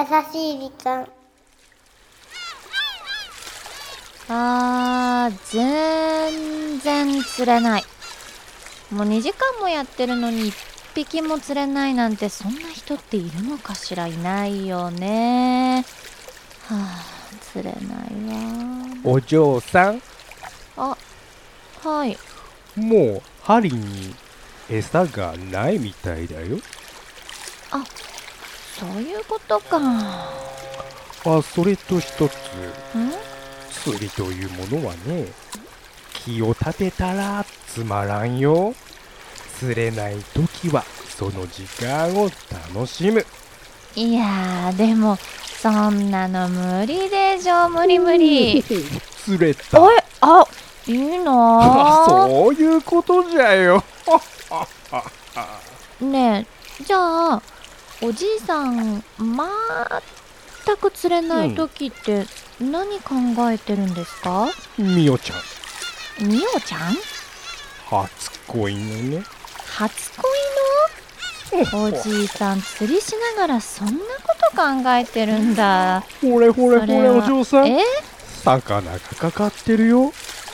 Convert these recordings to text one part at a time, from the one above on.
しい時間。 全然釣れない。もう2時間もやってるのに1匹も釣れないなんて、そんな人っているのかしら。いないよね。釣れないわ。 お嬢さん、 はい。 もう針に餌がないみたいだよ。 そういうことか。 それと一つ、 ん？ 釣りというものはね、気を立てたらつまらんよ。釣れないときはその時間を楽しむ。 いやでもそんなの無理でしょ。無理。 釣れた。 いいなそういうことじゃよ。 ねえ、じゃあおじいさん全く釣れない時って何考えてるんですか？ みおちゃん、 みおちゃん？ 初恋のね。 初恋の？おじいさん釣りしながらそんなこと考えてるんだ。 ほれお嬢さん、 え？ 魚がかかってるよ。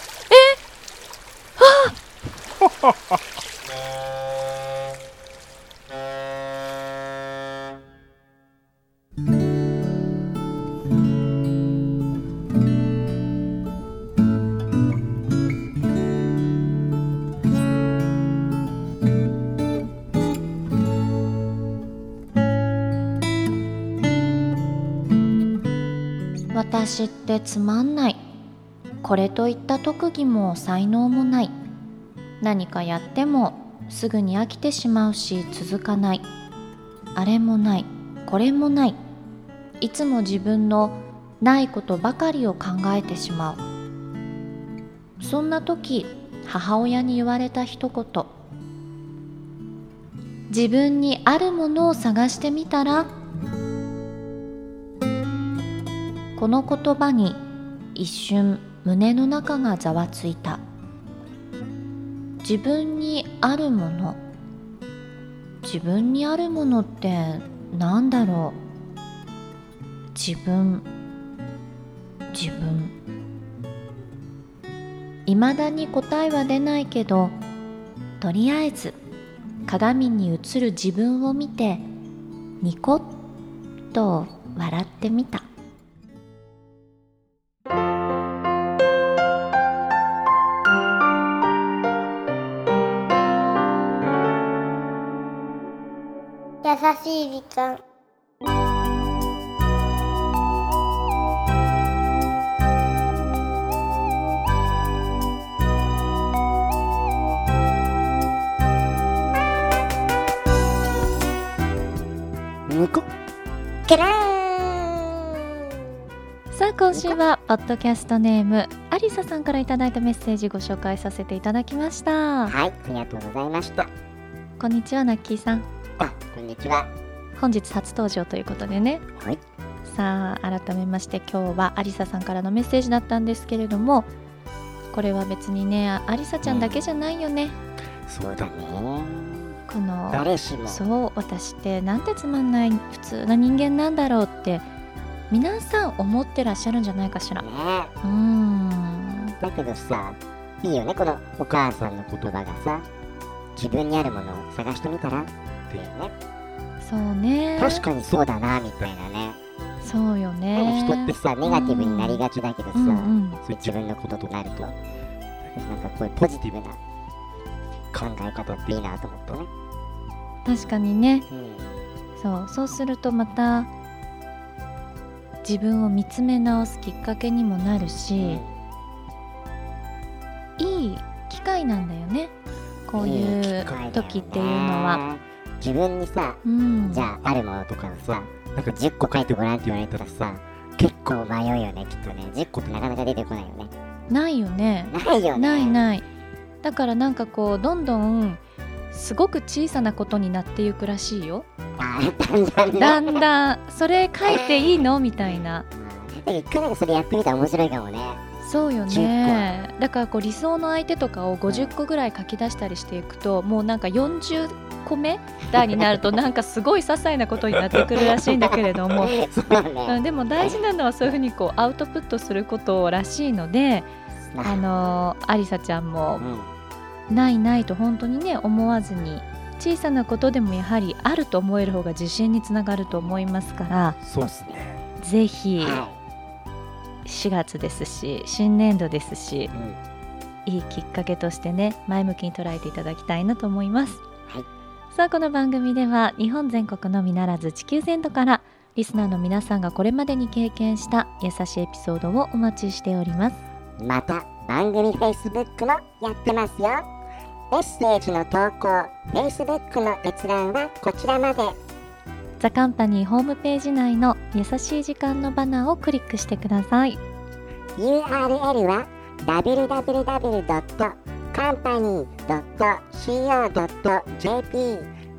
私ってつまんない。これといった特技も才能もない。何かやってもすぐに飽きてしまうし続かない。あれもない、これもない。いつも自分のないことばかりを考えてしまう。そんな時、母親に言われた一言。自分にあるものを探してみたら。この言葉に一瞬胸の中がざわついた。自分にあるもの。自分にあるものってなんだろう。自分。未だに答えは出ないけど、とりあえず鏡に映る自分を見てニコッと笑ってみた。 優しい時間。 ニコキラーン。 さあ今週はポッドキャストネームありささんからいただいたメッセージご紹介させていただきました。 はい、ありがとうございました。 こんにちは、ナッキーさん。 こんにちは。 本日初登場ということでね。 はい。 さあ改めまして今日はありささんからのメッセージだったんですけれども、これは別にねありさちゃんだけじゃないよね。 そうだね。 この誰しも。 そう、私ってなんてつまんない普通な人間なんだろうって皆さん思ってらっしゃるんじゃないかしら。 ね。 だけどさ、いいよねこのお母さんの言葉がさ、自分にあるものを探してみたらっていうね。 そうね。 確かにそうだなみたいなね。 そうよね。 人ってさネガティブになりがちだけどさ、自分のこととなるとなんかこういうポジティブな考え方っていいなと思ったね。 確かにね、そうするとまた自分を見つめ直すきっかけにもなるし、いい機会なんだよね、こういう時っていうのは。 自分にさ、じゃああるものとかをさ、なんか10個書いてごらんって言われたらさ、結構迷うよねきっとね。10個ってなかなか出てこないよね。 ないよね。 ないよね。 ない。だからなんかこうどんどんすごく小さなことになっていくらしいよ。だんだんそれ書いていいのみたいな。 一回なんかそれやってみたら面白いかもね。 そうよね。だからこう理想の相手とかを50個ぐらい書き出したりしていくと、もうなんか40個目台になるとなんかすごい些細なことになってくるらしいんだけれどもそうね、 でも大事なのはそういうふうにこうアウトプットすることらしいので、ありさちゃんもないないと本当にね思わずに、小さなことでもやはりあると思える方が自信につながると思いますから、 そうですね。 ぜひ4月ですし新年度ですし、いいきっかけとしてね前向きに捉えていただきたいなと思います。 はい、 さあこの番組では日本全国のみならず地球全土からリスナーの皆さんがこれまでに経験した優しいエピソードをお待ちしております。 また番組 Facebook もやってますよ。メッセージの投稿 Facebook の閲覧はこちらまで。 ザカンパニーホームページ内の優しい時間のバナーをクリックしてください。 URL は www.company.co.jp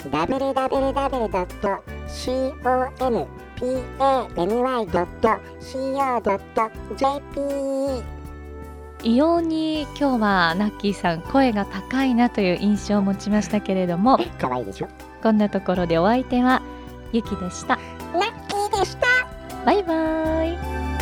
www.company.co.jp。 異様に今日はナッキーさん声が高いなという印象を持ちましたけれども、 かわいいでしょ。 こんなところでお相手はゆきでした。 ラッキーでした。 バイバイ。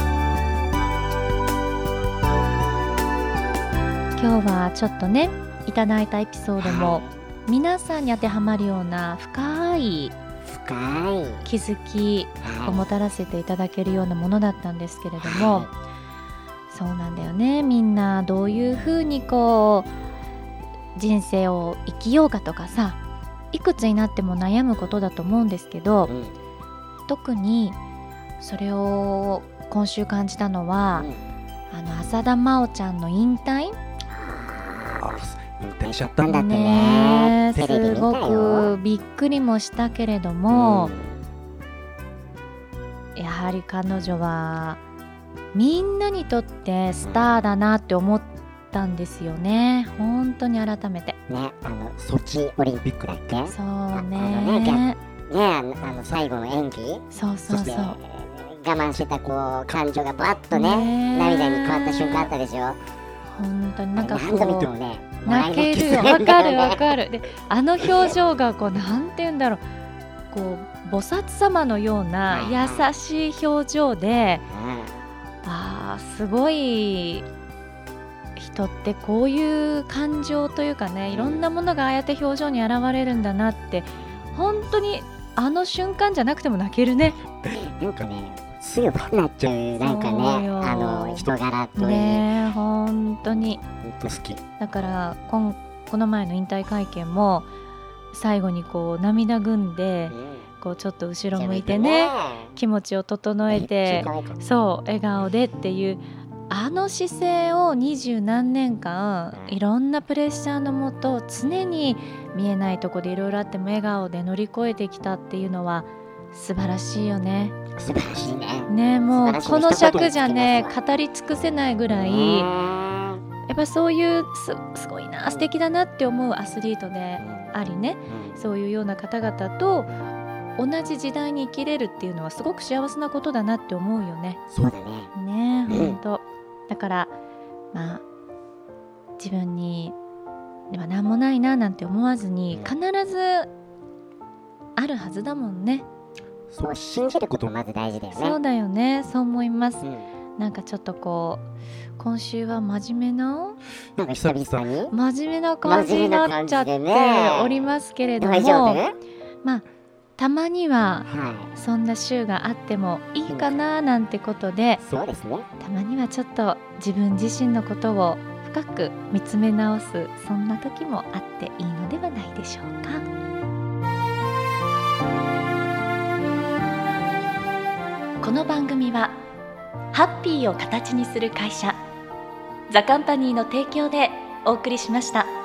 今日はちょっとねいただいたエピソードも皆さんに当てはまるような深い気づきをもたらせていただけるようなものだったんですけれども、そうなんだよね。みんなどういうふうにこう人生を生きようかとかさ、いくつになっても悩むことだと思うんですけど、特にそれを今週感じたのは、浅田真央ちゃんの引退引退しちゃったんだってね。すごくびっくりもしたけれども、やはり彼女はみんなにとってスターだなって思ったんですよね。本当に改めてね、ソチオリンピックだっけ。 そうね、 最後の演技、 そうそして我慢してたこう感情がバッとね涙に変わった瞬間あったでしょ。 本当になんかこ何度見てもね泣けるよ。わかるわかる。で表情がこうなんて言うんだろう、こう菩薩様のような優しい表情で、すごい人ってこういう感情というかね、いろんなものがああやって表情に現れるんだなって、本当にあの瞬間じゃなくても泣けるね。 なんかねすぐファンになっちゃう、なんかね人柄とね、本当に好きだから。この前の引退会見も最後にこう涙ぐんで、こうちょっと後ろ向いてね気持ちを整えて、そう笑顔でっていうあの姿勢を20何年間いろんなプレッシャーのもと常に見えないとこでいろいろあっても笑顔で乗り越えてきたっていうのは素晴らしいよね。 素晴らしいね。 ね、もうこの尺じゃね語り尽くせないぐらい、やっぱそういうすごいな、素敵だなって思うアスリートでありね、そういうような方々と同じ時代に生きれるっていうのはすごく幸せなことだなって思うよね。 そうだね。 ね、本当。だから自分にでは何もないななんて思わずに、必ずあるはずだもんね。 そう信じることもまず大事だよね。 そうだよね、そう思います。なんかちょっとこう今週は真面目ななんか久々に真面目な感じになっちゃっておりますけれども、たまにはそんな週があってもいいかななんてことで、 そうですね、 たまにはちょっと自分自身のことを深く見つめ直す、そんな時もあっていいのではないでしょうか。この番組はハッピーを形にする会社ザカンパニーの提供でお送りしました。